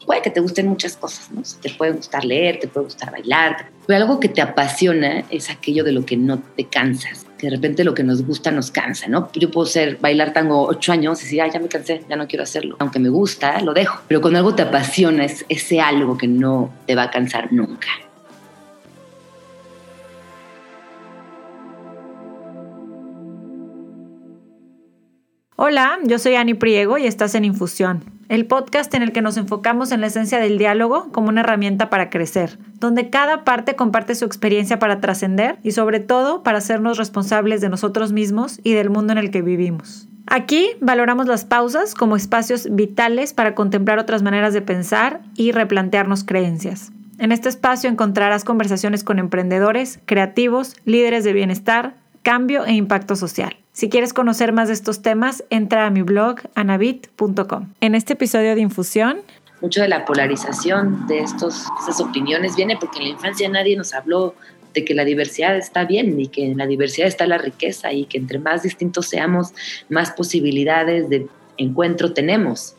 puede que te gusten muchas cosas, ¿no? Te puede gustar leer, te puede gustar bailar, pero algo que te apasiona es aquello de lo que no te cansas, que de repente lo que nos gusta nos cansa, ¿no? Yo puedo bailar tango 8 años y decir, ya me cansé, ya no quiero hacerlo. Aunque me gusta, lo dejo. Pero cuando algo te apasiona es ese algo que no te va a cansar nunca. Hola, yo soy Ani Priego y estás en Infusión, el podcast en el que nos enfocamos en la esencia del diálogo como una herramienta para crecer, donde cada parte comparte su experiencia para trascender y sobre todo para hacernos responsables de nosotros mismos y del mundo en el que vivimos. Aquí valoramos las pausas como espacios vitales para contemplar otras maneras de pensar y replantearnos creencias. En este espacio encontrarás conversaciones con emprendedores, creativos, líderes de bienestar, cambio e impacto social. Si quieres conocer más de estos temas, entra a mi blog anabit.com. En este episodio de Infusión, mucho de la polarización de esas opiniones viene porque en la infancia nadie nos habló de que la diversidad está bien y que en la diversidad está la riqueza y que entre más distintos seamos, más posibilidades de encuentro tenemos.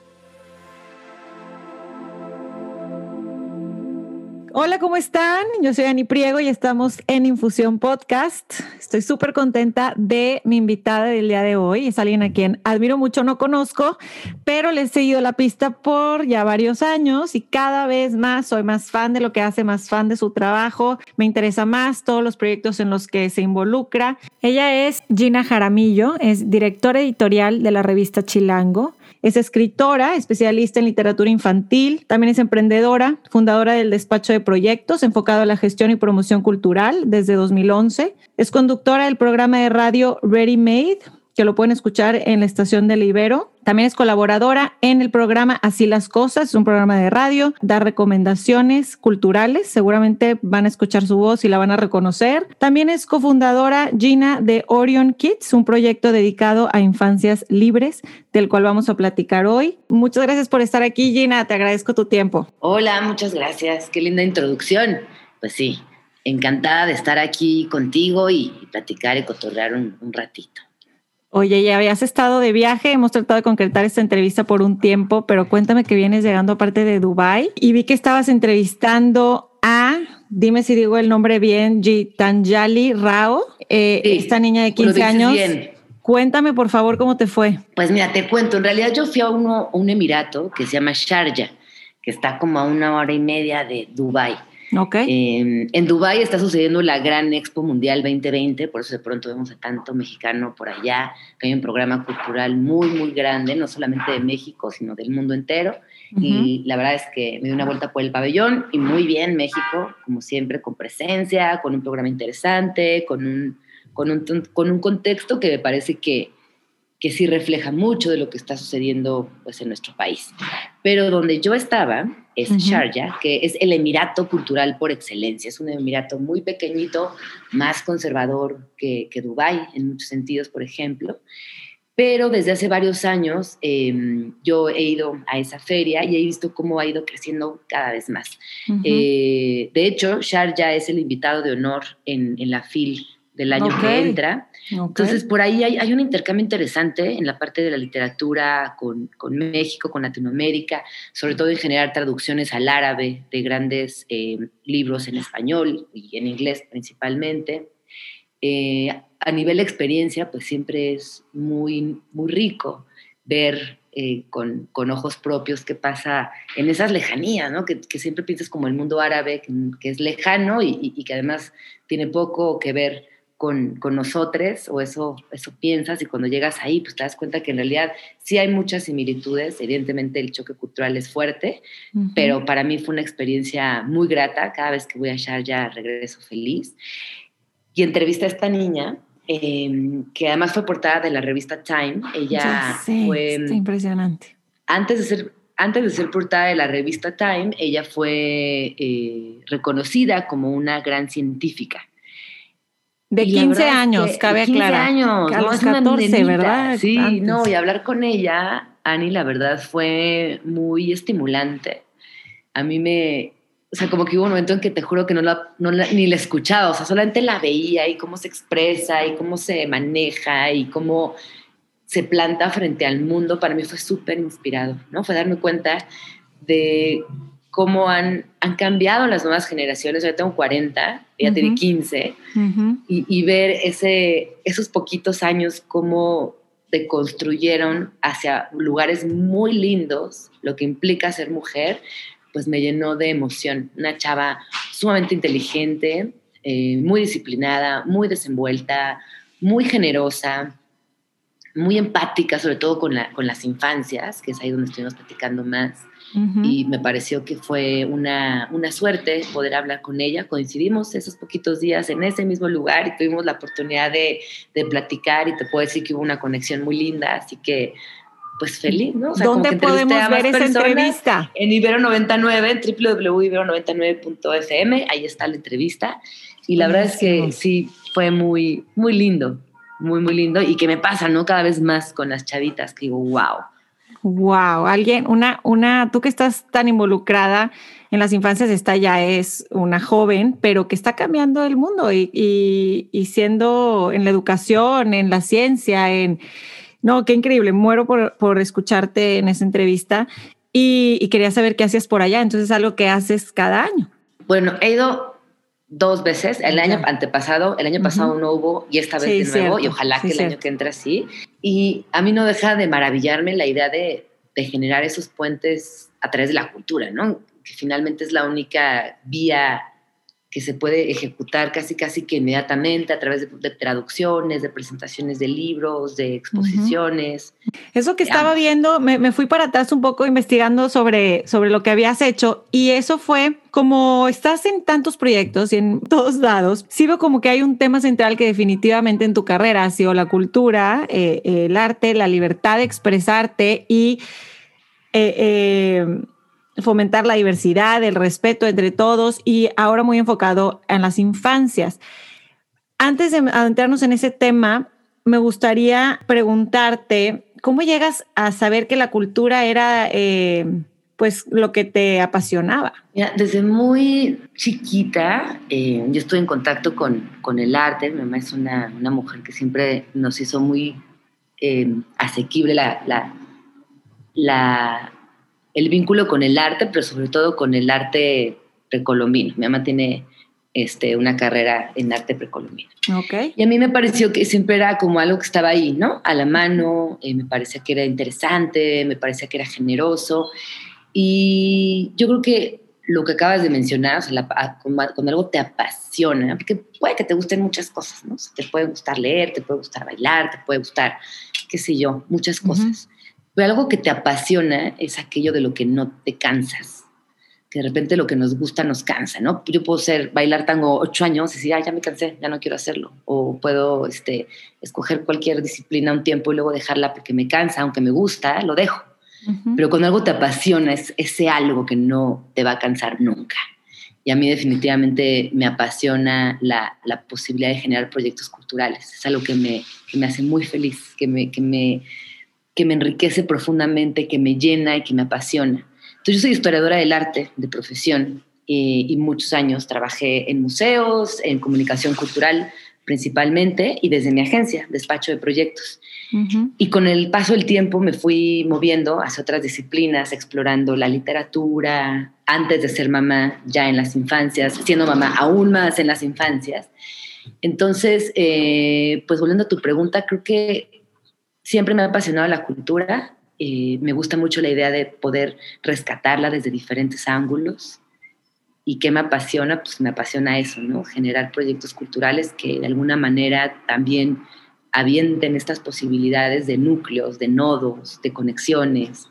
Hola, ¿cómo están? Yo soy Ani Priego y estamos en Infusión Podcast. Estoy súper contenta de mi invitada del día de hoy. Es alguien a quien admiro mucho, no conozco, pero le he seguido la pista por ya varios años y cada vez más soy más fan de lo que hace, más fan de su trabajo. Me interesa más todos los proyectos en los que se involucra. Ella es Gina Jaramillo, es directora editorial de la revista Chilango. Es escritora, especialista en literatura infantil, también es emprendedora, fundadora del despacho de proyectos enfocado a la gestión y promoción cultural desde 2011. Es conductora del programa de radio Ready Made, que lo pueden escuchar en la estación del Ibero. También es colaboradora en el programa Así las Cosas, es un programa de radio, da recomendaciones culturales, seguramente van a escuchar su voz y la van a reconocer. También es cofundadora Gina de Orion Kids, un proyecto dedicado a infancias libres, del cual vamos a platicar hoy. Muchas gracias por estar aquí, Gina, te agradezco tu tiempo. Hola, muchas gracias, qué linda introducción. Pues sí, encantada de estar aquí contigo y platicar y cotorrear un ratito. Oye, ya habías estado de viaje, hemos tratado de concretar esta entrevista por un tiempo, pero cuéntame que vienes llegando aparte de Dubái y vi que estabas entrevistando a, dime si digo el nombre bien, Gitanjali Rao, sí, esta niña de 15 años. Bien. Cuéntame, por favor, ¿cómo te fue? Pues mira, te cuento, en realidad yo fui a un emirato que se llama Sharjah, que está como a 1 hora y media de Dubái. Okay. En Dubái está sucediendo la Gran Expo Mundial 2020, por eso de pronto vemos a tanto mexicano por allá, que hay un programa cultural muy, muy grande, no solamente de México, sino del mundo entero. Uh-huh. Y la verdad es que me di una vuelta por el pabellón y muy bien México, como siempre, con presencia, con un programa interesante, con un contexto que me parece que sí refleja mucho de lo que está sucediendo pues, en nuestro país. Pero donde yo estaba es Sharjah, que es el emirato cultural por excelencia. Es un emirato muy pequeñito, más conservador que Dubái, en muchos sentidos, por ejemplo. Pero desde hace varios años yo he ido a esa feria y he visto cómo ha ido creciendo cada vez más. Uh-huh. De hecho, Sharjah es el invitado de honor en la FIL del año que entra. Entonces, por ahí hay un intercambio interesante en la parte de la literatura con México, con Latinoamérica, sobre todo en generar traducciones al árabe de grandes libros en español y en inglés principalmente. A nivel de experiencia, pues siempre es muy, muy rico ver con ojos propios qué pasa en esas lejanías, ¿no? Que siempre piensas como el mundo árabe, que es lejano y que además tiene poco que ver con nosotros, o eso piensas, y cuando llegas ahí, pues te das cuenta que en realidad sí hay muchas similitudes. Evidentemente el choque cultural es fuerte, uh-huh, pero para mí fue una experiencia muy grata. Cada vez que voy a Sharjah regreso feliz. Y entrevisté a esta niña, que además fue portada de la revista Time. Ella fue... Está impresionante. Antes de ser portada de la revista Time, ella fue reconocida como una gran científica. De 15 años, cabe aclarar. 15 años, a los 14, ¿verdad? Sí, antes. No, y hablar con ella, Ani, la verdad fue muy estimulante. A mí o sea, como que hubo un momento en que te juro que ni la escuchaba, o sea, solamente la veía y cómo se expresa y cómo se maneja y cómo se planta frente al mundo. Para mí fue súper inspirador, ¿no? Fue darme cuenta de cómo han cambiado las nuevas generaciones. Yo tengo 40, ella tiene 15, y ver esos poquitos años cómo deconstruyeron hacia lugares muy lindos, lo que implica ser mujer, pues me llenó de emoción. Una chava sumamente inteligente, muy disciplinada, muy desenvuelta, muy generosa, muy empática, sobre todo con las infancias, que es ahí donde estuvimos platicando más. Y me pareció que fue una suerte poder hablar con ella. Coincidimos esos poquitos días en ese mismo lugar y tuvimos la oportunidad de platicar, y te puedo decir que hubo una conexión muy linda, así que pues feliz, ¿no? O sea, ¿dónde como que podemos ver esa entrevista? En Ibero 99, en www.ibero99.fm, ahí está la entrevista, y la verdad es que sí, fue muy, muy lindo, muy, muy lindo, y que me pasa, ¿no? Cada vez más con las chavitas, que digo, wow. Wow, tú que estás tan involucrada en las infancias, esta ya es una joven, pero que está cambiando el mundo y siendo en la educación, en la ciencia, no, qué increíble, muero por escucharte en esa entrevista y quería saber qué hacías por allá. Entonces es algo que haces cada año. Bueno, he ido 2 veces, el año pasado no hubo, y esta vez de nuevo, cierto, y ojalá que el año que entra sí. Y a mí no deja de maravillarme la idea de generar esos puentes a través de la cultura, ¿no? Que finalmente es la única vía que se puede ejecutar casi que inmediatamente a través de traducciones, de presentaciones de libros, de exposiciones. Eso que estaba viendo, me fui para atrás un poco investigando sobre lo que habías hecho, y eso fue, como estás en tantos proyectos y en todos lados, sí veo como que hay un tema central que definitivamente en tu carrera ha sido la cultura, el arte, la libertad de expresarte y fomentar la diversidad, el respeto entre todos, y ahora muy enfocado en las infancias. Antes de adentrarnos en ese tema, me gustaría preguntarte, ¿cómo llegas a saber que la cultura era pues lo que te apasionaba? Mira, desde muy chiquita yo estuve en contacto con el arte. Mi mamá es una mujer que siempre nos hizo muy asequible el vínculo con el arte, pero sobre todo con el arte precolombino. Mi mamá tiene una carrera en arte precolombino. Okay. Y a mí me pareció que siempre era como algo que estaba ahí, ¿no? A la mano, me parecía que era interesante, me parecía que era generoso. Y yo creo que lo que acabas de mencionar, o sea, cuando algo te apasiona, porque puede que te gusten muchas cosas, ¿no? O sea, te puede gustar leer, te puede gustar bailar, te puede gustar, qué sé yo, muchas cosas. Pero algo que te apasiona es aquello de lo que no te cansas, que de repente lo que nos gusta nos cansa, ¿no? Yo puedo bailar tango 8 años y decir, ya me cansé, ya no quiero hacerlo. O puedo escoger cualquier disciplina un tiempo y luego dejarla porque me cansa, aunque me gusta, lo dejo. Pero cuando algo te apasiona, es ese algo que no te va a cansar nunca. Y a mí definitivamente me apasiona la posibilidad de generar proyectos culturales. Es algo que me hace muy feliz, que me enriquece profundamente, que me llena y que me apasiona. Entonces yo soy historiadora del arte de profesión y muchos años trabajé en museos, en comunicación cultural principalmente, y desde mi agencia, despacho de proyectos. Y con el paso del tiempo me fui moviendo hacia otras disciplinas, explorando la literatura, antes de ser mamá, ya en las infancias, siendo mamá aún más en las infancias. Entonces, pues volviendo a tu pregunta, creo que siempre me ha apasionado la cultura. Me gusta mucho la idea de poder rescatarla desde diferentes ángulos. ¿Y qué me apasiona? Pues me apasiona eso, ¿no? Generar proyectos culturales que de alguna manera también avienten estas posibilidades de núcleos, de nodos, de conexiones.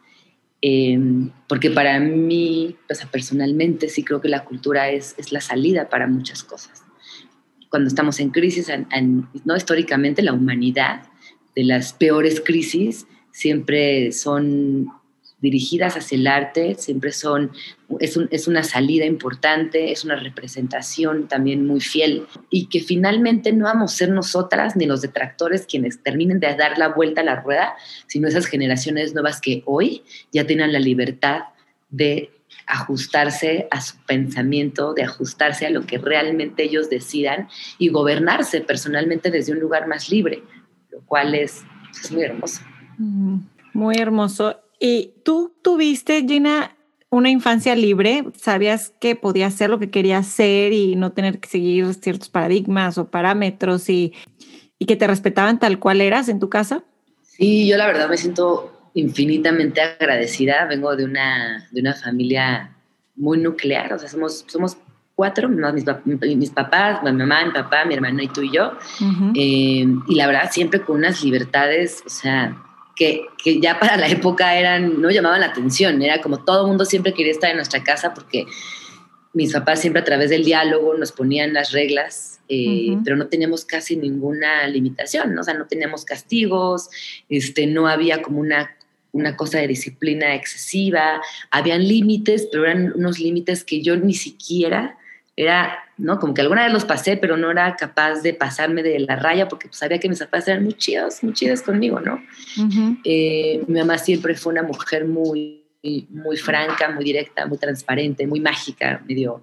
Porque para mí, pues, personalmente, sí creo que la cultura es la salida para muchas cosas. Cuando estamos en crisis, ¿no? Históricamente la humanidad, de las peores crisis, siempre son dirigidas hacia el arte, siempre es una salida importante, es una representación también muy fiel, y que finalmente no vamos a ser nosotras ni los detractores quienes terminen de dar la vuelta a la rueda, sino esas generaciones nuevas que hoy ya tienen la libertad de ajustarse a su pensamiento, de ajustarse a lo que realmente ellos decidan y gobernarse personalmente desde un lugar más libre, lo cual es muy hermoso. Muy hermoso. Y tú tuviste, Gina, una infancia libre? ¿Sabías que podías hacer lo que querías hacer y no tener que seguir ciertos paradigmas o parámetros y que te respetaban tal cual eras en tu casa? Sí, yo la verdad me siento infinitamente agradecida. Vengo de una familia muy nuclear, o sea, somos cuatro, ¿no? Mis papás, mi mamá, mi papá, mi hermano y tú y yo. Uh-huh. Y la verdad, siempre con unas libertades, o sea, que ya para la época no llamaban la atención. Era como todo el mundo siempre quería estar en nuestra casa porque mis papás siempre a través del diálogo nos ponían las reglas, Uh-huh. pero no teníamos casi ninguna limitación, ¿no? O sea, no teníamos castigos, no había como una cosa de disciplina excesiva, habían límites, pero eran unos límites que yo ni siquiera era, ¿no? Como que alguna vez los pasé, pero no era capaz de pasarme de la raya porque pues, sabía que mis papás eran muy chidos conmigo, ¿no? Uh-huh. Mi mamá siempre fue una mujer muy franca, muy directa, muy transparente, muy mágica, medio,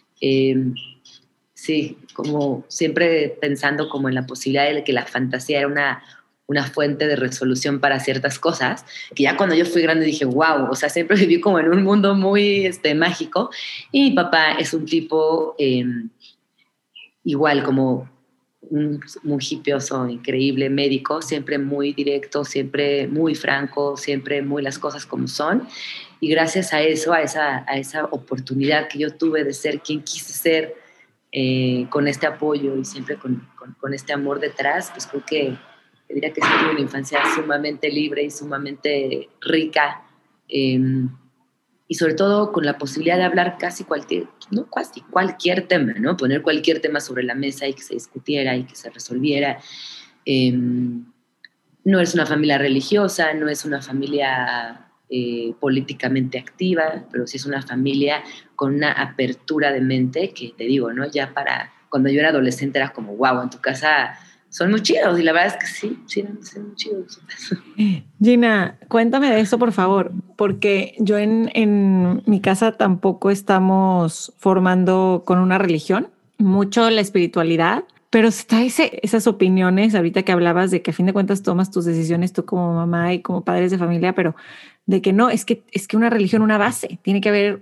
sí, como siempre pensando como en la posibilidad de que la fantasía era una fuente de resolución para ciertas cosas, que ya cuando yo fui grande dije, wow, o sea, siempre viví como en un mundo muy mágico, y mi papá es un tipo igual como un hipioso increíble médico, siempre muy directo, siempre muy franco, siempre muy las cosas como son. Y gracias a eso, a esa oportunidad que yo tuve de ser quien quise ser, con este apoyo y siempre con este amor detrás, pues creo que diría que sí tuve una infancia sumamente libre y sumamente rica. Eh, y sobre todo con la posibilidad de hablar casi cualquier tema, ¿no? Poner cualquier tema sobre la mesa y que se discutiera y que se resolviera. No es una familia religiosa, no es una familia políticamente activa, pero sí es una familia con una apertura de mente que, te digo, ¿no? Ya para cuando yo era adolescente era como, wow, en tu casa son muy chidos, y la verdad es que sí, son muy chidos. Gina, cuéntame de eso, por favor, porque yo en mi casa tampoco estamos formando con una religión, mucho la espiritualidad, pero está esas opiniones, ahorita que hablabas de que a fin de cuentas tomas tus decisiones tú como mamá y como padres de familia, pero de que no, es que una religión, una base, tiene que haber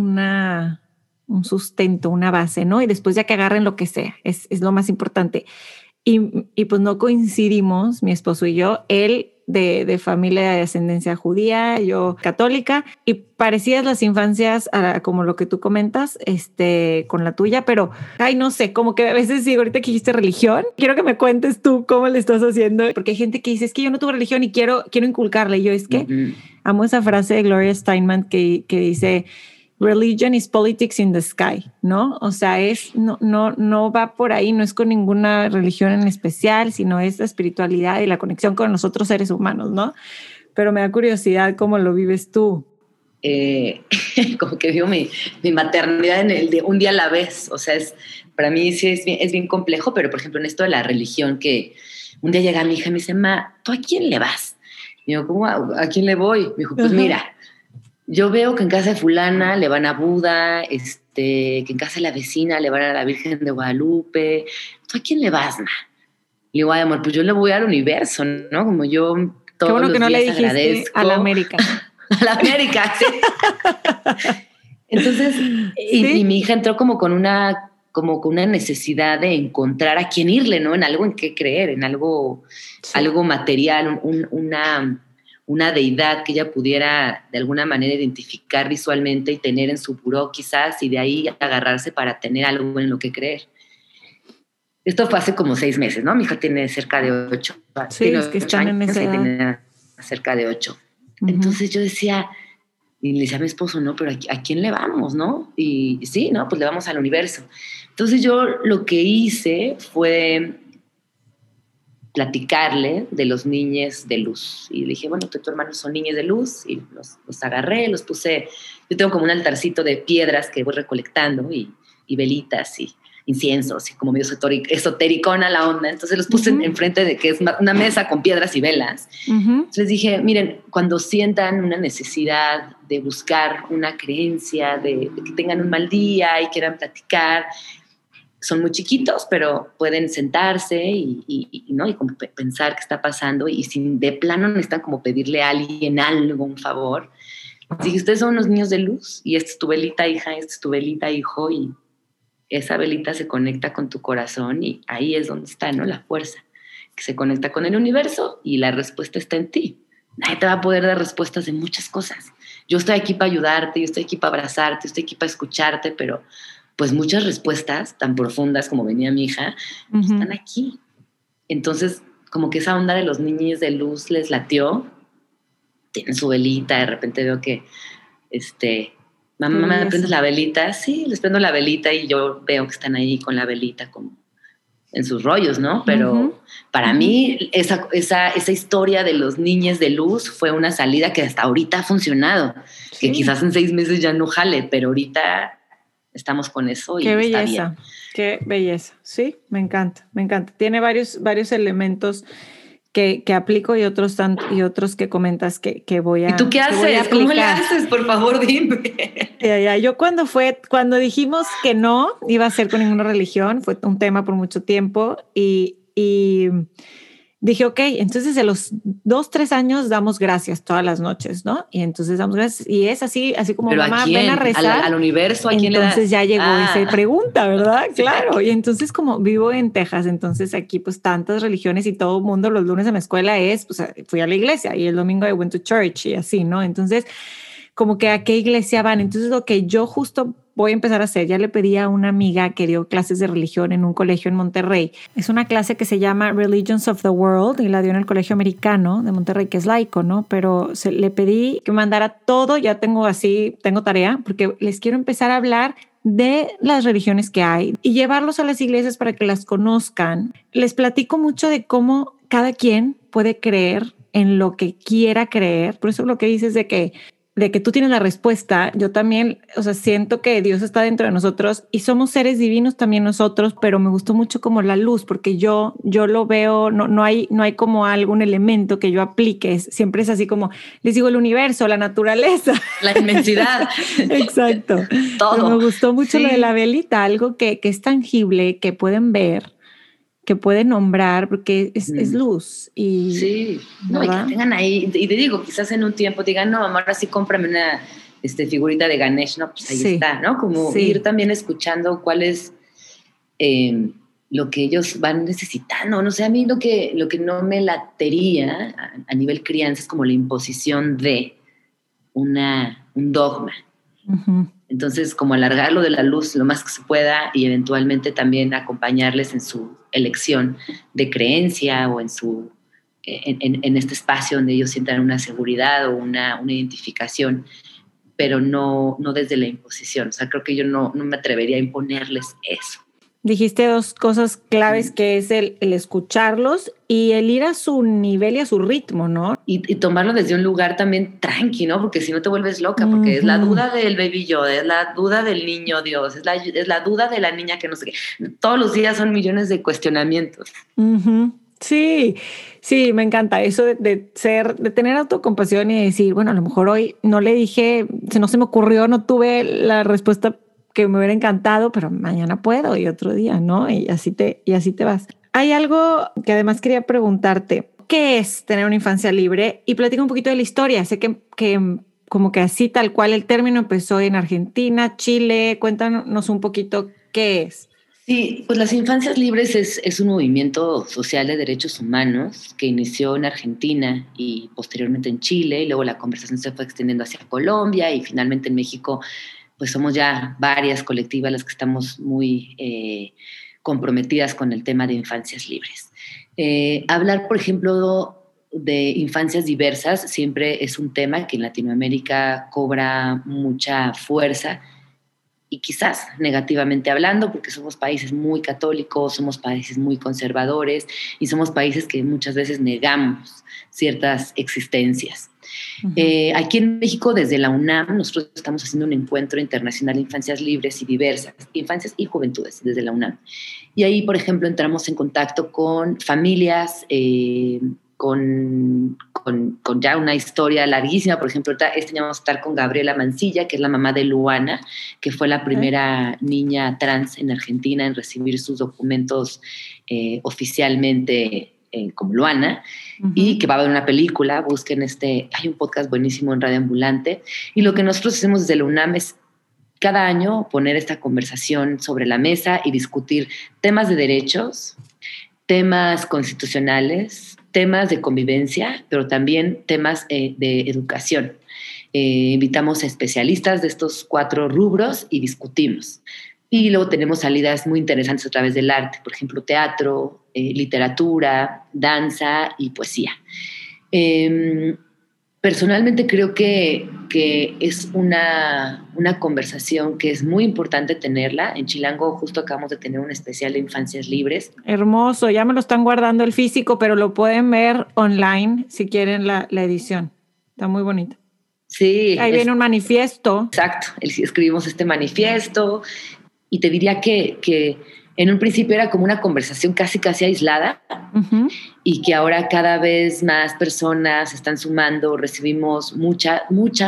un sustento, una base, ¿no? Y después ya que agarren lo que sea, es lo más importante. Y pues no coincidimos, mi esposo y yo, él de familia de ascendencia judía, yo católica, y parecidas las infancias como lo que tú comentas, con la tuya, pero, ay, no sé, como que a veces digo, ahorita que dijiste religión, quiero que me cuentes tú cómo le estás haciendo, porque hay gente que dice, es que yo no tuve religión y quiero inculcarle, y yo es que amo esa frase de Gloria Steinman que dice, religion is politics in the sky, ¿no? O sea, no va por ahí, no es con ninguna religión en especial, sino es la espiritualidad y la conexión con los otros seres humanos, ¿no? Pero me da curiosidad cómo lo vives tú. Como que vivo mi maternidad en el de un día a la vez. O sea, para mí sí es bien complejo, pero por ejemplo en esto de la religión, que un día llega mi hija y me dice, ma, ¿tú a quién le vas? Y yo, ¿cómo? ¿A quién le voy? Me dijo, pues mira, yo veo que en casa de fulana le van a Buda, que en casa de la vecina le van a la Virgen de Guadalupe. ¿Tú a quién le vas, ma? Le digo, ay, amor, pues yo le voy al universo, ¿no? Como yo todos Qué bueno los que no días le dijiste agradezco. a la América. A la América, sí. Entonces, ¿Sí? y mi hija entró como con una necesidad de encontrar a quién irle, ¿no? En algo en qué creer, en algo, Sí. algo material, una deidad que ella pudiera de alguna manera identificar visualmente y tener en su buró quizás, y de ahí agarrarse para tener algo en lo que creer. Esto fue hace como 6 meses, ¿no? Mi hija tiene cerca de 8. Sí, tiene es que 8 están años en esa y edad. tiene cerca de 8. Uh-huh. Entonces yo decía, y le decía a mi esposo, no, pero ¿a quién le vamos, no? Y sí, no, pues le vamos al universo. Entonces yo lo que hice fue platicarle de los niños de luz. Y le dije, bueno, tú y tu hermano son niños de luz, y los agarré, los puse. Yo tengo como un altarcito de piedras que voy recolectando, y velitas y inciensos, y como medio esotericona la onda. Entonces los puse enfrente de que es una mesa con piedras y velas. Entonces les dije, miren, cuando sientan una necesidad de buscar una creencia, de que tengan un mal día y quieran platicar, son muy chiquitos, pero pueden sentarse ¿no? Y como pensar qué está pasando, y si de plano necesitan como pedirle a alguien algo, un favor, Dije, ustedes son unos niños de luz y esta es tu velita, hija, esta es tu velita, hijo, y esa velita se conecta con tu corazón y ahí es donde está, ¿no? La fuerza, que se conecta con el universo y la respuesta está en ti. Nadie te va a poder dar respuestas de muchas cosas. Yo estoy aquí para ayudarte, yo estoy aquí para abrazarte, yo estoy aquí para escucharte, pero pues muchas respuestas tan profundas como venía mi hija, están aquí. Entonces, como que esa onda de los niños de luz les latió, tienen su velita, de repente veo que, mamá, ¿me prendes la velita? Sí, les prendo la velita y yo veo que están ahí con la velita como en sus rollos, ¿no? Pero para mí esa historia de los niños de luz fue una salida que hasta ahorita ha funcionado, que quizás en 6 meses ya no jale, pero ahorita estamos con eso y qué belleza, está bien. Qué belleza. Sí, me encanta, me encanta. Tiene varios elementos que aplico y otros que comentas que voy a. ¿Y tú qué haces? ¿Cómo le haces? Por favor, dime. Yo cuando dijimos que no iba a ser con ninguna religión, fue un tema por mucho tiempo y dije, ok, entonces de los 2-3 años damos gracias todas las noches, ¿no? Y entonces damos gracias y es así como ¿pero mamá, a quién? ven a rezar. ¿Al universo? ¿A quién le das? Entonces ya llegó esa pregunta, ¿verdad? Sí. Claro. Y entonces como vivo en Texas, entonces aquí pues tantas religiones y todo el mundo los lunes en la escuela pues fui a la iglesia y el domingo I went to church y así, ¿no? Entonces como que a qué iglesia van. Entonces lo que yo justo voy a empezar a hacer, ya le pedí a una amiga que dio clases de religión en un colegio en Monterrey. Es una clase que se llama Religions of the World y la dio en el Colegio Americano de Monterrey, que es laico, ¿no? Pero le pedí que me mandara todo, ya tengo tarea, porque les quiero empezar a hablar de las religiones que hay y llevarlos a las iglesias para que las conozcan. Les platico mucho de cómo cada quien puede creer en lo que quiera creer. Por eso lo que dices de que tú tienes la respuesta, yo también, siento que Dios está dentro de nosotros y somos seres divinos también nosotros, pero me gustó mucho como la luz, porque yo lo veo, no hay como algún elemento que yo aplique, siempre es así como, les digo, el universo, la naturaleza. La inmensidad. Exacto. Todo. Pero me gustó mucho lo de la velita, algo que es tangible, que pueden ver, que pueden nombrar, porque es luz. Y, sí, no, y que tengan ahí, y te digo, quizás en un tiempo digan, no, mamá, ahora sí cómprame una figurita de Ganesh, no, pues ahí está, ¿no? Como ir también escuchando cuál es lo que ellos van necesitando. No sé, a mí lo que no me latería a nivel crianza es como la imposición de un dogma. Entonces, como alargarlo de la luz lo más que se pueda y eventualmente también acompañarles en su elección de creencia o en este espacio donde ellos sientan una seguridad o una identificación, pero no desde la imposición. O sea, creo que yo no me atrevería a imponerles eso. Dijiste 2 cosas claves, que es el escucharlos y el ir a su nivel y a su ritmo, ¿no? Y tomarlo desde un lugar también tranqui, ¿no? Porque si no te vuelves loca, porque es la duda del baby yo, es la duda del niño Dios, es la duda de la niña que no sé qué. Todos los días son millones de cuestionamientos. Sí, me encanta eso de tener autocompasión y decir, bueno, a lo mejor hoy no le dije, no se me ocurrió, no tuve la respuesta que me hubiera encantado, pero mañana puedo y otro día, ¿no? Y así te vas. Hay algo que además quería preguntarte, ¿qué es tener una infancia libre? Y platica un poquito de la historia. Sé que como que así tal cual el término empezó en Argentina, Chile. Cuéntanos un poquito qué es. Sí, pues las infancias libres es un movimiento social de derechos humanos que inició en Argentina y posteriormente en Chile, y luego la conversación se fue extendiendo hacia Colombia y finalmente en México pues somos ya varias colectivas las que estamos muy comprometidas con el tema de infancias libres. Hablar, por ejemplo, de infancias diversas siempre es un tema que en Latinoamérica cobra mucha fuerza y quizás negativamente hablando, porque somos países muy católicos, somos países muy conservadores y somos países que muchas veces negamos ciertas existencias. Aquí en México, desde la UNAM, nosotros estamos haciendo un encuentro internacional de infancias libres y diversas, infancias y juventudes, desde la UNAM. Y ahí, por ejemplo, entramos en contacto con familias, con ya una historia larguísima. Por ejemplo, este año vamos a estar con Gabriela Mancilla, que es la mamá de Luana, que fue la primera niña trans en Argentina en recibir sus documentos oficialmente como Luana, y que va a haber una película. Busquen hay un podcast buenísimo en Radio Ambulante, y lo que nosotros hacemos desde la UNAM es cada año poner esta conversación sobre la mesa y discutir temas de derechos, temas constitucionales, temas de convivencia, pero también temas de educación. Invitamos a especialistas de estos 4 rubros y discutimos. Y luego tenemos salidas muy interesantes a través del arte, por ejemplo, teatro, literatura, danza y poesía. Personalmente creo que es una conversación que es muy importante tenerla. En Chilango justo acabamos de tener un especial de infancias libres. Hermoso, ya me lo están guardando el físico, pero lo pueden ver online si quieren la edición. Está muy bonito. Sí. Ahí viene un manifiesto. Exacto, escribimos este manifiesto y te diría que en un principio era como una conversación casi aislada, y que ahora cada vez más personas están sumando. Recibimos muchos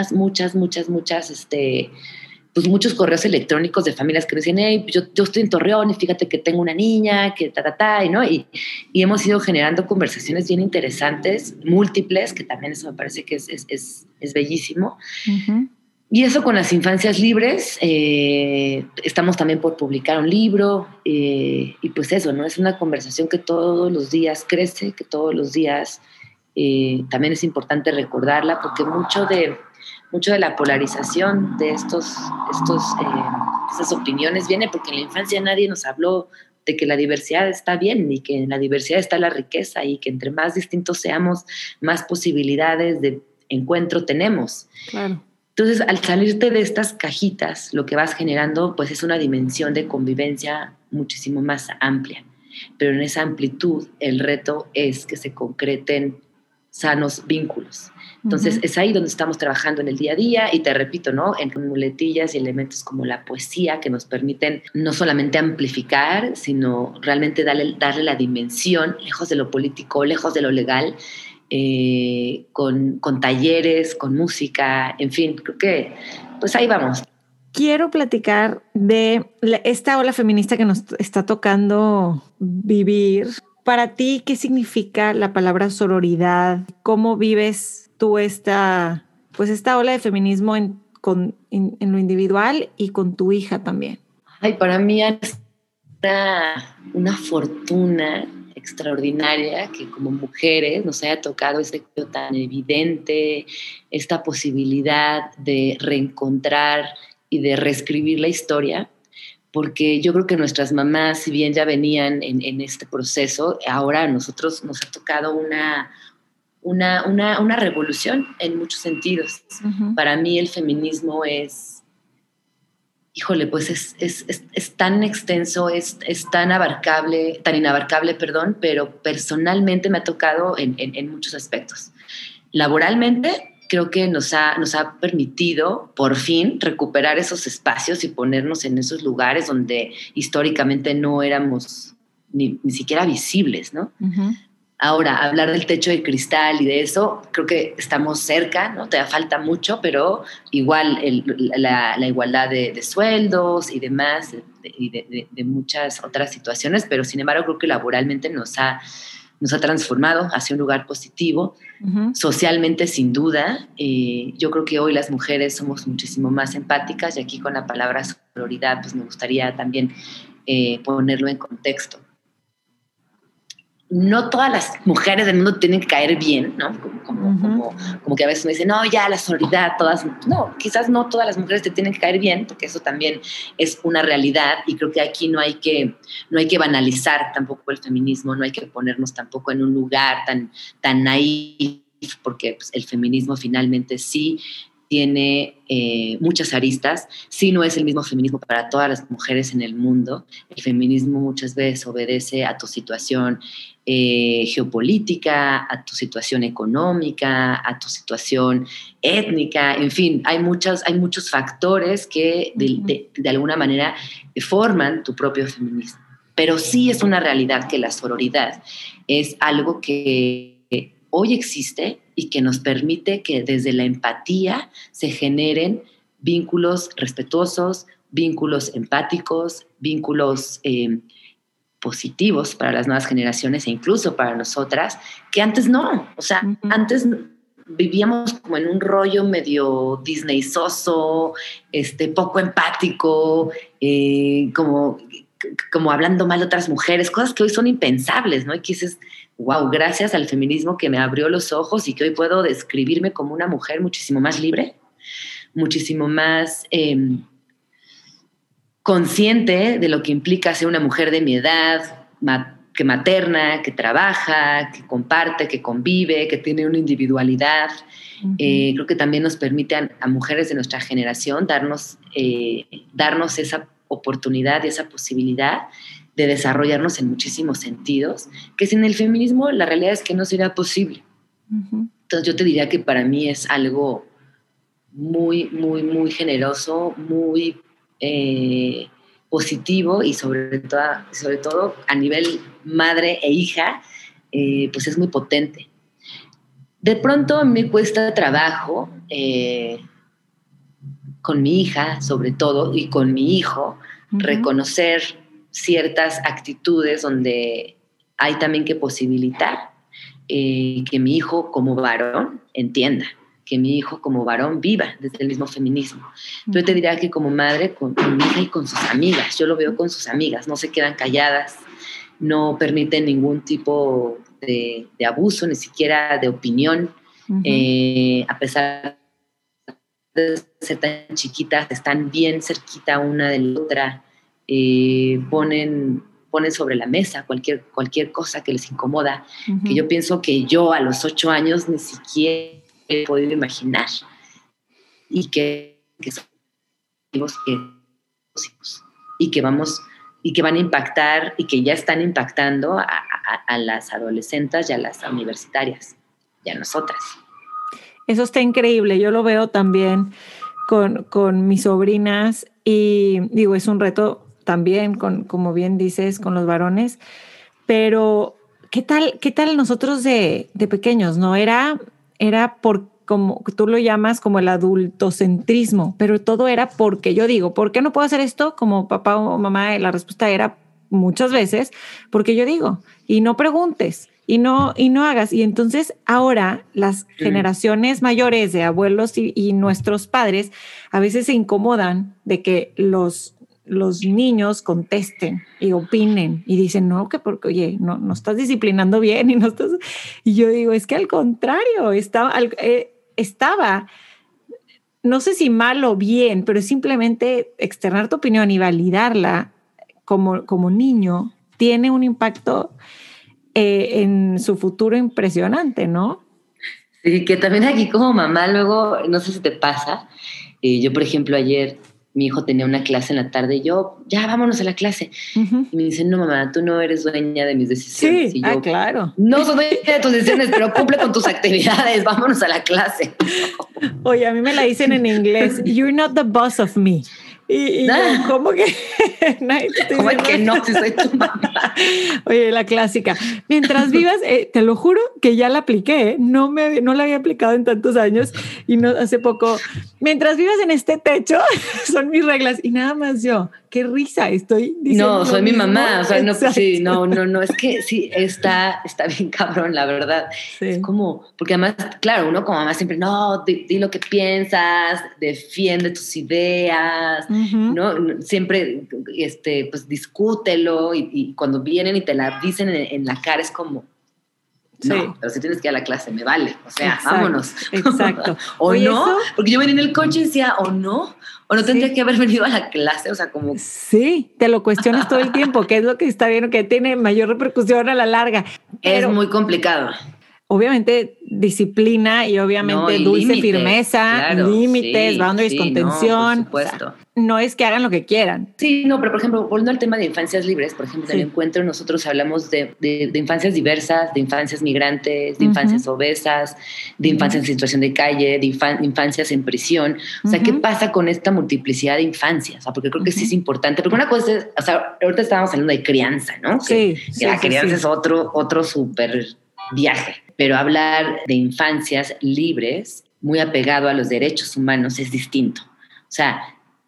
correos electrónicos de familias que dicen, hey, yo estoy en Torreón y fíjate que tengo una niña, que ¿no? Y hemos ido generando conversaciones bien interesantes, múltiples, que también eso me parece que es bellísimo. Y eso con las infancias libres. Estamos también por publicar un libro, y pues eso, ¿no? Es una conversación que todos los días crece, que todos los días también es importante recordarla, porque mucho de la polarización de estas opiniones viene porque en la infancia nadie nos habló de que la diversidad está bien y que en la diversidad está la riqueza, y que entre más distintos seamos, más posibilidades de encuentro tenemos. Claro. Entonces, al salirte de estas cajitas, lo que vas generando pues es una dimensión de convivencia muchísimo más amplia. Pero en esa amplitud, el reto es que se concreten sanos vínculos. Entonces, es ahí donde estamos trabajando en el día a día, y te repito, ¿no? En muletillas y elementos como la poesía, que nos permiten no solamente amplificar, sino realmente darle la dimensión, lejos de lo político, lejos de lo legal, con talleres, con música, en fin, creo que pues ahí vamos. Quiero platicar de esta ola feminista que nos está tocando vivir. Para ti, ¿qué significa la palabra sororidad? ¿Cómo vives tú esta ola de feminismo en lo individual y con tu hija también? Ay, para mí es una fortuna extraordinaria que como mujeres nos haya tocado este tan evidente, esta posibilidad de reencontrar y de reescribir la historia, porque yo creo que nuestras mamás, si bien ya venían en este proceso, ahora a nosotros nos ha tocado una revolución en muchos sentidos. Para mí el feminismo es, híjole, pues es tan extenso, es tan inabarcable, pero personalmente me ha tocado en muchos aspectos. Laboralmente, creo que nos ha permitido por fin recuperar esos espacios y ponernos en esos lugares donde históricamente no éramos ni siquiera visibles, ¿no? Ahora, hablar del techo de cristal y de eso, creo que estamos cerca, ¿no? Todavía falta mucho, pero igual la igualdad de sueldos y demás, y de muchas otras situaciones, pero sin embargo creo que laboralmente nos ha transformado hacia un lugar positivo. Socialmente, sin duda. Yo creo que hoy las mujeres somos muchísimo más empáticas, y aquí con la palabra sororidad pues me gustaría también ponerlo en contexto. No todas las mujeres del mundo tienen que caer bien, ¿no? Como que a veces me dicen, no, ya la sororidad, todas. No, quizás no todas las mujeres te tienen que caer bien, porque eso también es una realidad, y creo que aquí no hay que banalizar tampoco el feminismo, no hay que ponernos tampoco en un lugar tan naif, porque pues, el feminismo finalmente sí tiene muchas aristas. Sí, no es el mismo feminismo para todas las mujeres en el mundo. El feminismo muchas veces obedece a tu situación geopolítica, a tu situación económica, a tu situación étnica, en fin, hay muchos factores que de alguna manera forman tu propio feminismo. Pero sí es una realidad que la sororidad es algo que hoy existe y que nos permite que desde la empatía se generen vínculos respetuosos, vínculos empáticos, vínculos positivos para las nuevas generaciones e incluso para nosotras, que antes no. O sea, antes vivíamos como en un rollo medio disneysoso, poco empático, como hablando mal de otras mujeres, cosas que hoy son impensables, ¿no? Y que dices, wow, gracias al feminismo que me abrió los ojos y que hoy puedo describirme como una mujer muchísimo más libre, muchísimo más consciente de lo que implica ser una mujer de mi edad, que materna, que trabaja, que comparte, que convive, que tiene una individualidad. Creo que también nos permite a mujeres de nuestra generación darnos esa oportunidad y esa posibilidad de desarrollarnos en muchísimos sentidos, que sin el feminismo la realidad es que no sería posible. Entonces yo te diría que para mí es algo muy, muy, muy generoso, muy positivo y sobre todo a nivel madre e hija, pues es muy potente. De pronto me cuesta trabajo con mi hija, sobre todo, y con mi hijo, reconocer ciertas actitudes donde hay también que posibilitar que mi hijo como varón entienda, que mi hijo como varón viva desde el mismo feminismo. Yo te diría que como madre, con mi hija y con sus amigas, yo lo veo con sus amigas, no se quedan calladas, no permiten ningún tipo de abuso, ni siquiera de opinión, a pesar de ser tan chiquitas, están bien cerquita una de la otra, ponen sobre la mesa cualquier cosa que les incomoda, que yo pienso que yo a los 8 años ni siquiera he podido imaginar, y que van a impactar y que ya están impactando a las adolescentes y a las universitarias y a nosotras. Eso está increíble. Yo lo veo también con mis sobrinas y digo, es un reto también, como bien dices, con los varones, pero ¿qué tal nosotros de pequeños? ¿No? Era por, como tú lo llamas, como el adultocentrismo, pero todo era porque yo digo, ¿por qué no puedo hacer esto? Como papá o mamá, la respuesta era muchas veces, porque yo digo, y no preguntes. Y no hagas. Y entonces ahora las generaciones mayores de abuelos y nuestros padres a veces se incomodan de que los niños contesten y opinen y dicen, no, que porque, oye, no estás disciplinando bien y no estás... Y yo digo, es que al contrario, estaba, no sé si mal o bien, pero simplemente externar tu opinión y validarla como niño tiene un impacto en su futuro impresionante, ¿no? Sí, que también aquí como mamá luego, no sé si te pasa, yo por ejemplo ayer mi hijo tenía una clase en la tarde y yo, ya vámonos a la clase. Y me dicen, no mamá, tú no eres dueña de mis decisiones. Sí, y yo, claro. No soy dueña de tus decisiones, pero cumple con tus actividades, vámonos a la clase. Oye, a mí me la dicen en inglés, you're not the boss of me. Y yo, ¿cómo que? ¿Cómo es que no? Si soy tu mamá. Oye, la clásica. Mientras vivas, te lo juro que ya la apliqué, no la había aplicado en tantos años y no hace poco. Mientras vivas en este techo, son mis reglas y nada más yo. Qué risa, estoy diciendo. No, soy mi mamá, o sea, no, exacto. sí, no, es que sí, está bien cabrón, la verdad. Sí. Es como, porque además, claro, uno como mamá siempre, no, di lo que piensas, defiende tus ideas, ¿no? Siempre, pues discútelo y cuando vienen y te la dicen en la cara es como, no, sí. Pero si tienes que ir a la clase, me vale, o sea, exacto, vámonos. Exacto. O oye, no, eso, porque yo venía en el coche y decía, o no tendría sí. que haber venido a la clase, o sea, como... Sí, te lo cuestionas todo el tiempo, qué es lo que está bien o que tiene mayor repercusión a la larga. Pero, es muy complicado. Obviamente disciplina y obviamente dulce límites, firmeza, claro, límites, sí, boundaries, contención. No, por supuesto. O sea, no es que hagan lo que quieran. Sí, no, pero por ejemplo, volviendo al tema de infancias libres, por ejemplo, en el encuentro nosotros hablamos de infancias diversas, de infancias migrantes, de infancias obesas, de infancias en situación de calle, de infancias en prisión. O sea, ¿qué pasa con esta multiplicidad de infancias? O sea, porque creo que sí es importante. Porque una cosa es, o sea, ahorita estábamos hablando de crianza, ¿no? Que la crianza es otro súper viaje. Pero hablar de infancias libres, muy apegado a los derechos humanos, es distinto. O sea,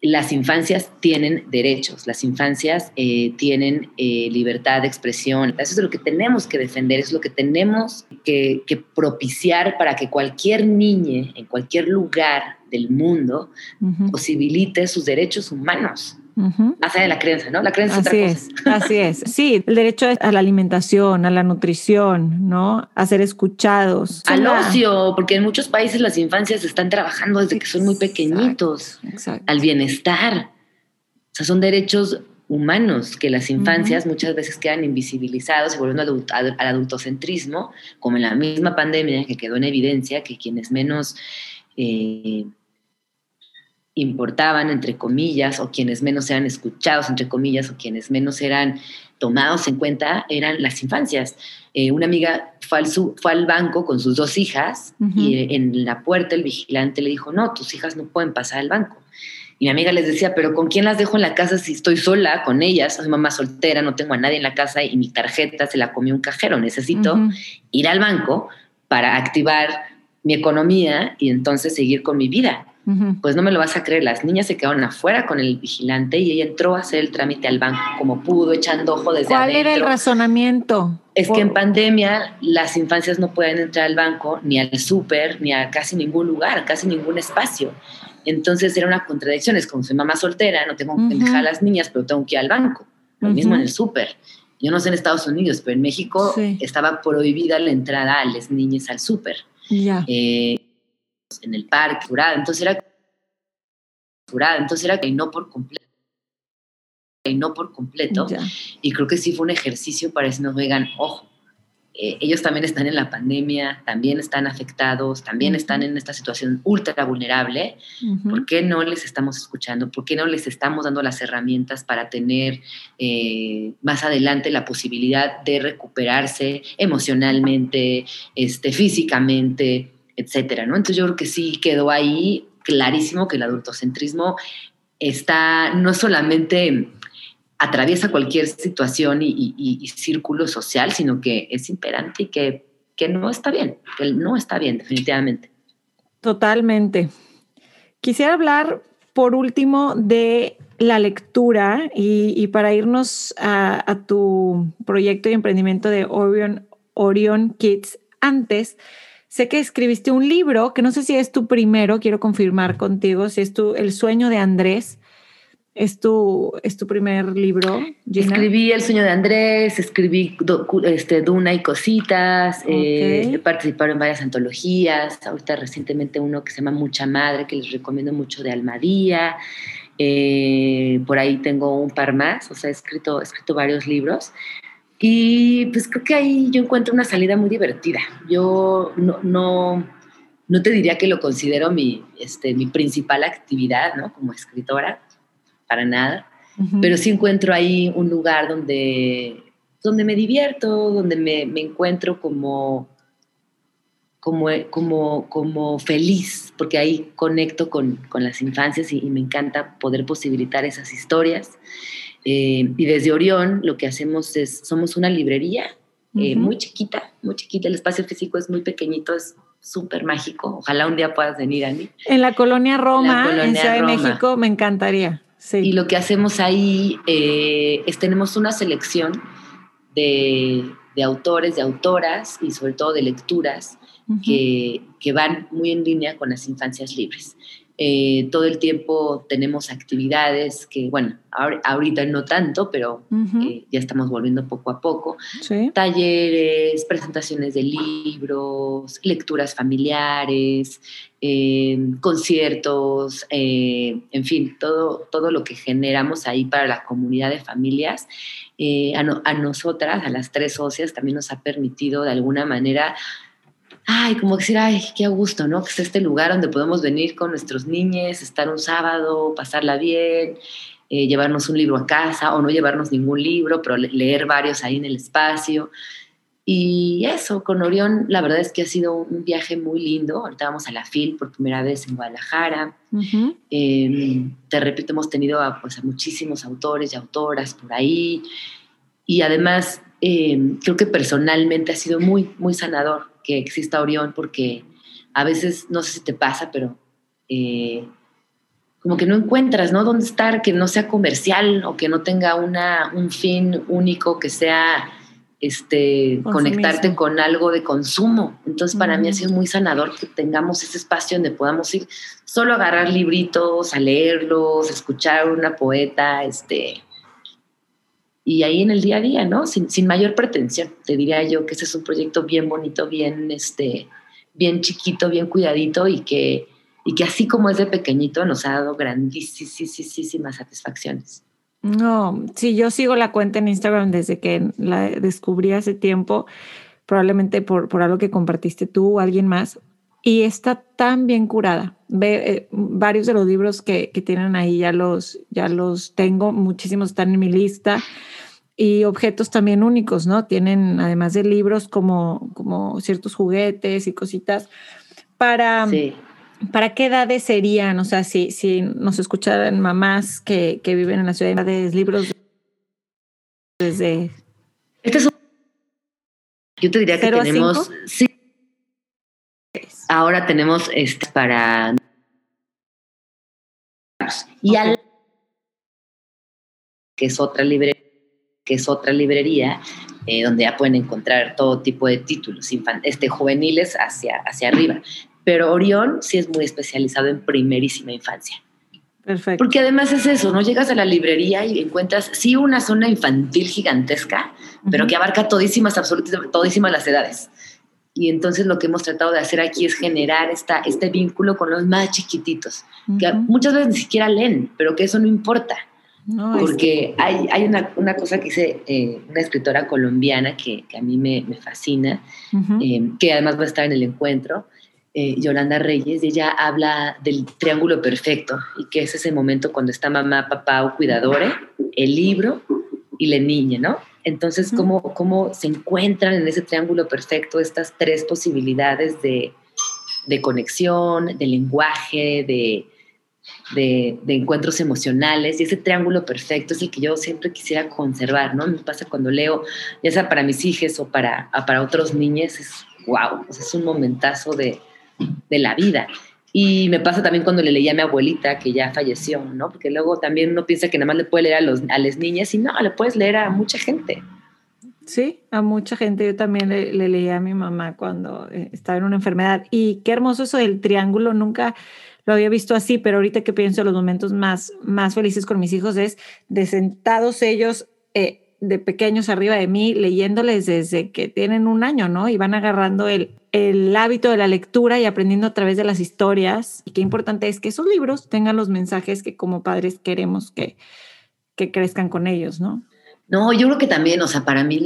las infancias tienen derechos, las infancias tienen libertad de expresión. Eso es lo que tenemos que defender, es lo que tenemos que propiciar para que cualquier niña en cualquier lugar del mundo posibilite sus derechos humanos. Más allá de la crianza, ¿no? La crianza es otra cosa. Así es. Sí, el derecho a la alimentación, a la nutrición, ¿no? A ser escuchados. Al ocio, porque en muchos países las infancias están trabajando desde que son muy pequeñitos. Exacto. Al bienestar. O sea, son derechos humanos que las infancias muchas veces quedan invisibilizados y volviendo al adultocentrismo, como en la misma pandemia que quedó en evidencia que quienes menos importaban, entre comillas, o quienes menos eran escuchados, entre comillas, o quienes menos eran tomados en cuenta, eran las infancias. Una amiga fue al banco con sus 2 hijas y en la puerta el vigilante le dijo, no, tus hijas no pueden pasar al banco. Y mi amiga les decía, pero ¿con quién las dejo en la casa si estoy sola con ellas? Soy mamá soltera, no tengo a nadie en la casa y mi tarjeta se la comió un cajero. Necesito ir al banco para activar mi economía y entonces seguir con mi vida. Pues no me lo vas a creer, las niñas se quedaron afuera con el vigilante y ella entró a hacer el trámite al banco como pudo, echando ojo desde adentro. ¿Cuál era el razonamiento? Es que en pandemia las infancias no pueden entrar al banco, ni al súper, ni a casi ningún lugar, casi ningún espacio. Entonces era una contradicción, es como soy mamá soltera, no tengo que dejar a las niñas, pero tengo que ir al banco. Lo mismo en el súper. Yo no sé en Estados Unidos, pero en México estaba prohibida la entrada a las niñas al súper. En el parque, entonces era que no por completo, y creo que sí fue un ejercicio para decirnos, oigan, ojo, ellos también están en la pandemia, también están afectados, también están en esta situación ultra vulnerable. ¿Por qué no les estamos escuchando? ¿Por qué no les estamos dando las herramientas para tener más adelante la posibilidad de recuperarse emocionalmente, físicamente, etcétera, ¿no? Entonces yo creo que sí quedó ahí clarísimo que el adultocentrismo no solamente atraviesa cualquier situación y círculo social, sino que es imperante y que no está bien, definitivamente. Totalmente. Quisiera hablar por último de la lectura y para irnos a tu proyecto y emprendimiento de Orion Kids. Antes, sé que escribiste un libro, que no sé si es tu primero, quiero confirmar contigo, si es El sueño de Andrés. ¿Es tu primer libro, Gina? Escribí El sueño de Andrés, escribí Duna y cositas, he participado en varias antologías, ahorita recientemente uno que se llama Mucha Madre, que les recomiendo mucho, de Almadía, por ahí tengo un par más, o sea, he escrito varios libros. Y pues creo que ahí yo encuentro una salida muy divertida. Yo no te diría que lo considero mi principal actividad, ¿no? Como escritora, para nada. Pero sí encuentro ahí un lugar donde me divierto, donde me encuentro como feliz, porque ahí conecto con las infancias y me encanta poder posibilitar esas historias. Y desde Orión lo que hacemos somos una librería muy chiquita, el espacio físico es muy pequeñito, es súper mágico, ojalá un día puedas venir, Ani. En la Colonia Roma, en Ciudad de México, me encantaría. Sí. Y lo que hacemos ahí es tenemos una selección de autores, de autoras y sobre todo de lecturas que van muy en línea con las infancias libres. Todo el tiempo tenemos actividades que, bueno, ahorita no tanto, pero ya estamos volviendo poco a poco. Sí. Talleres, presentaciones de libros, lecturas familiares, conciertos, en fin, todo lo que generamos ahí para la comunidad de familias. A nosotras, a las 3 socias, también nos ha permitido de alguna manera como decir, qué a gusto, ¿no? Que es este lugar donde podemos venir con nuestros niños, estar un sábado, pasarla bien, llevarnos un libro a casa o no llevarnos ningún libro, pero leer varios ahí en el espacio. Y eso, con Orión, la verdad es que ha sido un viaje muy lindo. Ahorita vamos a la FIL por primera vez en Guadalajara. Te repito, hemos tenido a muchísimos autores y autoras por ahí. Y además, creo que personalmente ha sido muy, muy sanador que exista Orión, porque a veces, no sé si te pasa, pero como que no encuentras, ¿no? Dónde estar, que no sea comercial o que no tenga un fin único, que sea conectarte con algo de consumo. Entonces, para mí ha sido muy sanador que tengamos ese espacio donde podamos ir solo a agarrar libritos, a leerlos, a escuchar a una poeta, y ahí en el día a día, ¿no? Sin mayor pretensión. Te diría yo que ese es un proyecto bien bonito, bien chiquito, bien cuidadito y que así como es de pequeñito nos ha dado grandísimas satisfacciones. No, sí, yo sigo la cuenta en Instagram desde que la descubrí hace tiempo, probablemente por algo que compartiste tú o alguien más, y está tan bien curada. Varios de los libros que tienen ahí ya los tengo, muchísimos están en mi lista, y objetos también únicos, ¿no? Tienen, además de libros, como ciertos juguetes y cositas para... Sí. ¿Para qué edades serían? O sea, si nos escucharan mamás que viven en la ciudad de libros desde... Yo te diría que tenemos... Sí. Ahora tenemos para... Y okay. que es otra librería donde ya pueden encontrar todo tipo de títulos juveniles hacia arriba. Pero Orión sí es muy especializado en primerísima infancia. Perfecto. Porque además es eso, ¿no? Llegas a la librería y encuentras, sí, una zona infantil gigantesca, pero que abarca absolutamente todísimas las edades. Y entonces lo que hemos tratado de hacer aquí es generar este vínculo con los más chiquititos, que muchas veces ni siquiera leen, pero que eso no importa. No, porque hay una cosa que dice una escritora colombiana que a mí me fascina, que además va a estar en el encuentro, Yolanda Reyes, y ella habla del triángulo perfecto, y que es ese momento cuando está mamá, papá o cuidadore, el libro y la niña, ¿no? Entonces, ¿cómo se encuentran en ese triángulo perfecto estas tres posibilidades de conexión, de lenguaje, de encuentros emocionales? Y ese triángulo perfecto es el que yo siempre quisiera conservar, ¿no? Me pasa cuando leo, ya sea para mis hijos o para otros niños, es wow, es un momentazo de la vida. Y me pasa también cuando le leía a mi abuelita, que ya falleció, ¿no? Porque luego también uno piensa que nada más le puede leer a las niñas, y no, le puedes leer a mucha gente. Sí, a mucha gente. Yo también le leía a mi mamá cuando estaba en una enfermedad. Y qué hermoso eso del triángulo, nunca lo había visto así, pero ahorita que pienso en los momentos más felices con mis hijos es de sentados ellos de pequeños arriba de mí, leyéndoles desde que tienen 1 año, ¿no? Y van agarrando el hábito de la lectura y aprendiendo a través de las historias. Y qué importante es que esos libros tengan los mensajes que como padres queremos que crezcan con ellos, ¿no? No, yo creo que también, o sea, para mí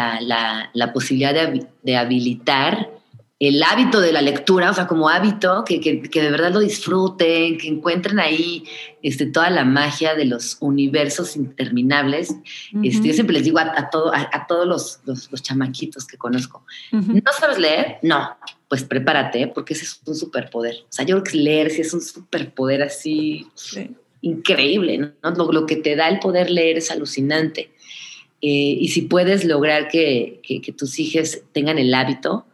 la posibilidad de habilitar el hábito de la lectura, o sea, como hábito, que de verdad lo disfruten, que encuentren ahí toda la magia de los universos interminables. Yo siempre les digo a todos los chamaquitos que conozco, ¿no sabes leer? No, pues prepárate, porque ese es un superpoder. O sea, yo creo que leer sí es un superpoder así increíble, ¿no? Lo que te da el poder leer es alucinante. Y si puedes lograr que tus hijos tengan el hábito,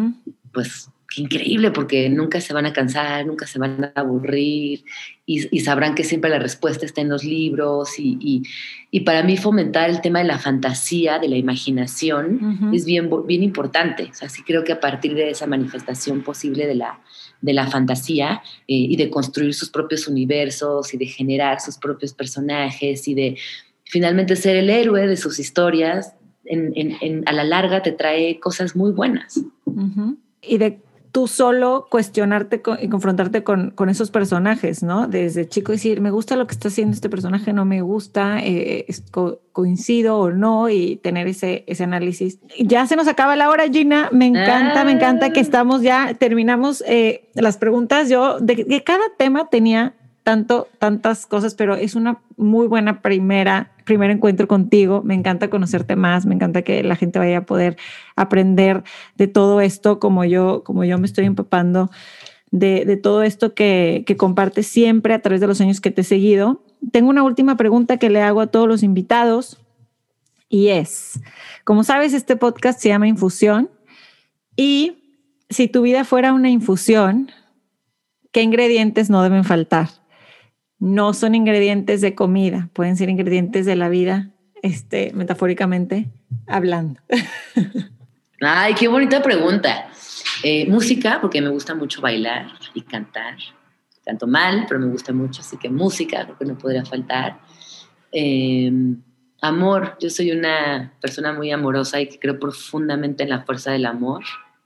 pues qué increíble, porque nunca se van a cansar, nunca se van a aburrir, y sabrán que siempre la respuesta está en los libros. Y para mí fomentar el tema de la fantasía, de la imaginación, es bien importante. O sea, sí creo que a partir de esa manifestación posible de la fantasía y de construir sus propios universos y de generar sus propios personajes y de finalmente ser el héroe de sus historias, a la larga te trae cosas muy buenas. Y de tú solo cuestionarte y confrontarte con esos personajes, ¿no? Desde chico decir, me gusta lo que está haciendo este personaje, no me gusta, coincido o no, y tener ese análisis. Ya se nos acaba la hora, Gina. Me encanta que terminamos las preguntas. Yo de cada tema tenía tantas cosas, pero es una muy buena primer encuentro contigo. Me encanta conocerte más, me encanta que la gente vaya a poder aprender de todo esto como yo me estoy empapando de todo esto que compartes siempre a través de los años que te he seguido. Tengo una última pregunta que le hago a todos los invitados, y es, como sabes, este podcast se llama Infusión, y si tu vida fuera una infusión, ¿qué ingredientes no deben faltar? no son ingredientes de comida, pueden ser ingredientes de la vida, metafóricamente hablando. Ay, qué bonita pregunta. Música, porque me gusta mucho bailar y cantar. Canto mal, pero me gusta mucho, así que música creo que no podría faltar. Amor, yo soy una persona muy amorosa y que creo profundamente en la fuerza del amor.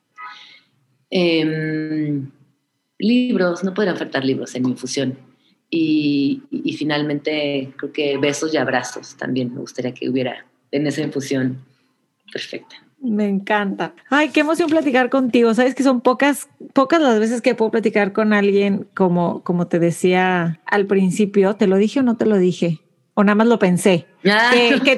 Libros, no podrían faltar libros en mi infusión. Y finalmente creo que besos y abrazos también me gustaría que hubiera en esa infusión perfecta. Me encanta. Ay, qué emoción platicar contigo. Sabes que son pocas las veces que puedo platicar con alguien como te decía al principio. ¿Te lo dije o no te lo dije? O nada más lo pensé. Que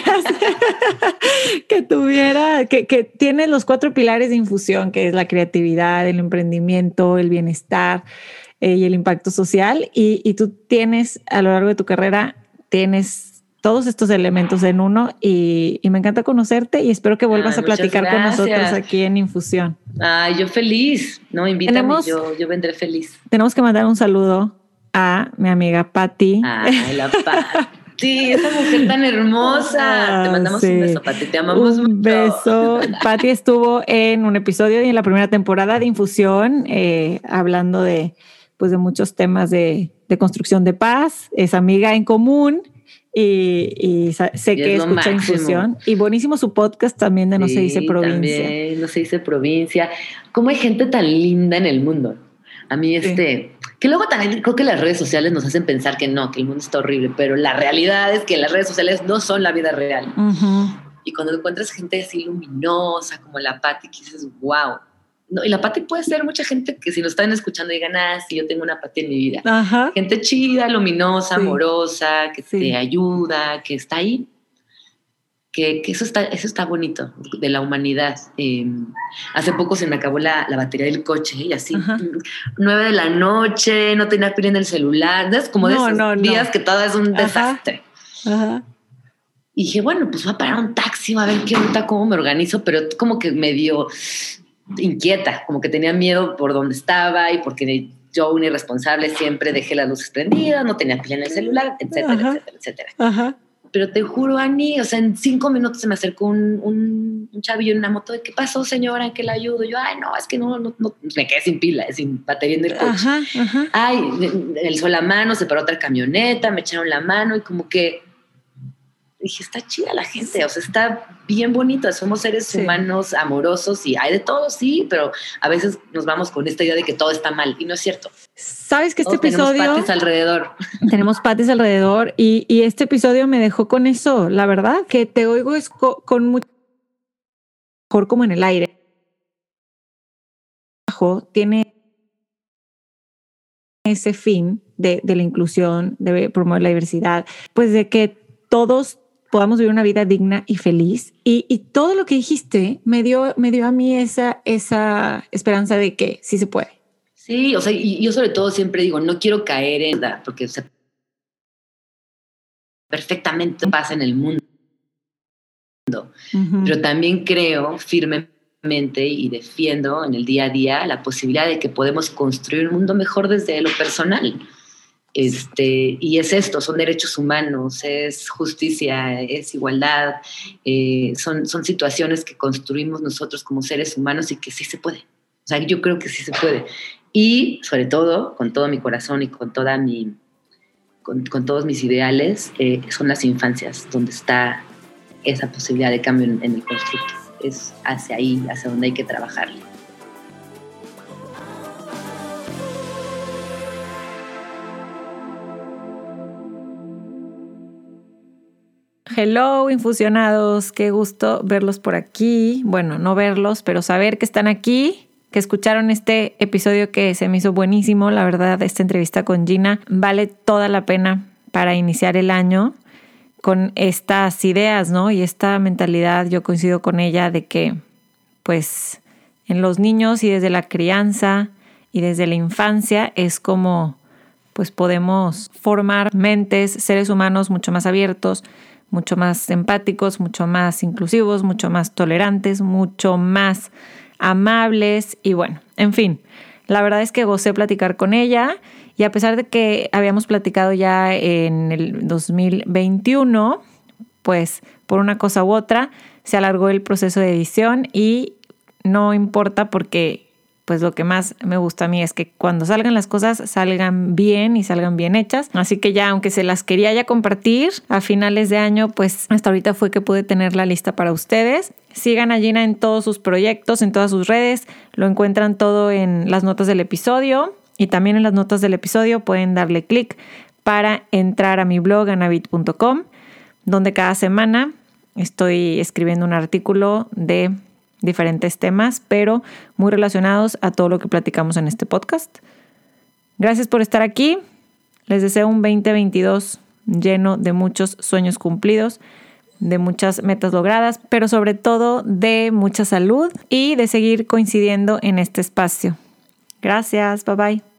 tuvieras, que tiene los 4 pilares de infusión, que es la creatividad, el emprendimiento, el bienestar y el impacto social. Y tú tienes, a lo largo de tu carrera, tienes todos estos elementos en uno y me encanta conocerte y espero que vuelvas a platicar con nosotros aquí en Infusión. Ay, yo feliz, ¿no? Invítame, yo vendré feliz. Tenemos que mandar un saludo a mi amiga Patti. Ay, la Patti, esa mujer tan hermosa. Te mandamos un beso, Patti, te amamos mucho. Un beso. Patti estuvo en un episodio y en la primera temporada de Infusión, hablando de muchos temas de construcción de paz. Es amiga en común. Y sé que escucha Infusión. Y buenísimo su podcast también de No se dice provincia. También, No se dice provincia. ¿Cómo hay gente tan linda en el mundo? A mí que luego también creo que las redes sociales nos hacen pensar que no, que el mundo está horrible, pero la realidad es que las redes sociales no son la vida real. Uh-huh. Y cuando encuentras gente así luminosa como la Patti, que dices, wow. No, y la Patti puede ser mucha gente que si nos están escuchando digan, sí, yo tengo una Patti en mi vida. Ajá. Gente chida, luminosa, amorosa, que te ayuda, que está ahí. Que eso está bonito de la humanidad. Hace poco se me acabó la batería del coche y así, 9 de la noche, no tenía pila en el celular. ¿Ves? Como de esos días que todo es un desastre. Ajá. Y dije, bueno, pues voy a parar un taxi, a ver qué onda, cómo me organizo, pero como que medio inquieta, como que tenía miedo por dónde estaba y porque yo, un irresponsable, siempre dejé las luces prendidas, no tenía pila en el celular, etcétera. Ajá. Pero te juro, Ani, o sea, en 5 minutos se me acercó un chavillo en una moto de ¿qué pasó, señora? ¿En qué la ayudo? Yo, no, es que no, me quedé sin pila, sin batería en el coche. Ajá. Ay, el sol a mano, se paró otra camioneta, me echaron la mano y como que dije, está chida la gente, o sea, está bien bonita, somos seres humanos amorosos y hay de todo, sí, pero a veces nos vamos con esta idea de que todo está mal y no es cierto. ¿Sabes que este episodio... Tenemos patis alrededor. Tenemos patis alrededor y este episodio me dejó con eso, la verdad, que te oigo es con mucho mejor como en el aire. Tiene ese fin de la inclusión, de promover la diversidad, pues de que todos podamos vivir una vida digna y feliz. Y todo lo que dijiste me dio a mí esa esperanza de que sí se puede. Sí, o sea, y yo sobre todo siempre digo, no quiero caer en la, porque o sea, perfectamente pasa en el mundo. Uh-huh. Pero también creo firmemente y defiendo en el día a día la posibilidad de que podemos construir un mundo mejor desde lo personal. Y es esto, son derechos humanos, es justicia, es igualdad, son situaciones que construimos nosotros como seres humanos y que sí se puede. O sea, yo creo que sí se puede. Y sobre todo, con todo mi corazón y con todos mis ideales, son las infancias donde está esa posibilidad de cambio en el constructo. Es hacia ahí, hacia donde hay que trabajarle. Hello, infusionados, qué gusto verlos por aquí. Bueno, no verlos, pero saber que están aquí, que escucharon este episodio que se me hizo buenísimo. La verdad, esta entrevista con Gina vale toda la pena para iniciar el año con estas ideas, ¿no? Y esta mentalidad, yo coincido con ella de que, pues, en los niños y desde la crianza y desde la infancia es como, pues, podemos formar mentes, seres humanos mucho más abiertos, mucho más empáticos, mucho más inclusivos, mucho más tolerantes, mucho más amables y bueno, en fin, la verdad es que gocé platicar con ella Y a pesar de que habíamos platicado ya en el 2021, pues por una cosa u otra se alargó el proceso de edición y no importa porque pues lo que más me gusta a mí es que cuando salgan las cosas salgan bien y salgan bien hechas. Así que ya, aunque se las quería ya compartir a finales de año, pues hasta ahorita fue que pude tenerla lista para ustedes. Sigan a Gina en todos sus proyectos, en todas sus redes. Lo encuentran todo en las notas del episodio. Y también en las notas del episodio pueden darle clic para entrar a mi blog anabit.com, donde cada semana estoy escribiendo un artículo de diferentes temas, pero muy relacionados a todo lo que platicamos en este podcast. Gracias por estar aquí. Les deseo un 2022 lleno de muchos sueños cumplidos, de muchas metas logradas, pero sobre todo de mucha salud y de seguir coincidiendo en este espacio. Gracias. Bye bye.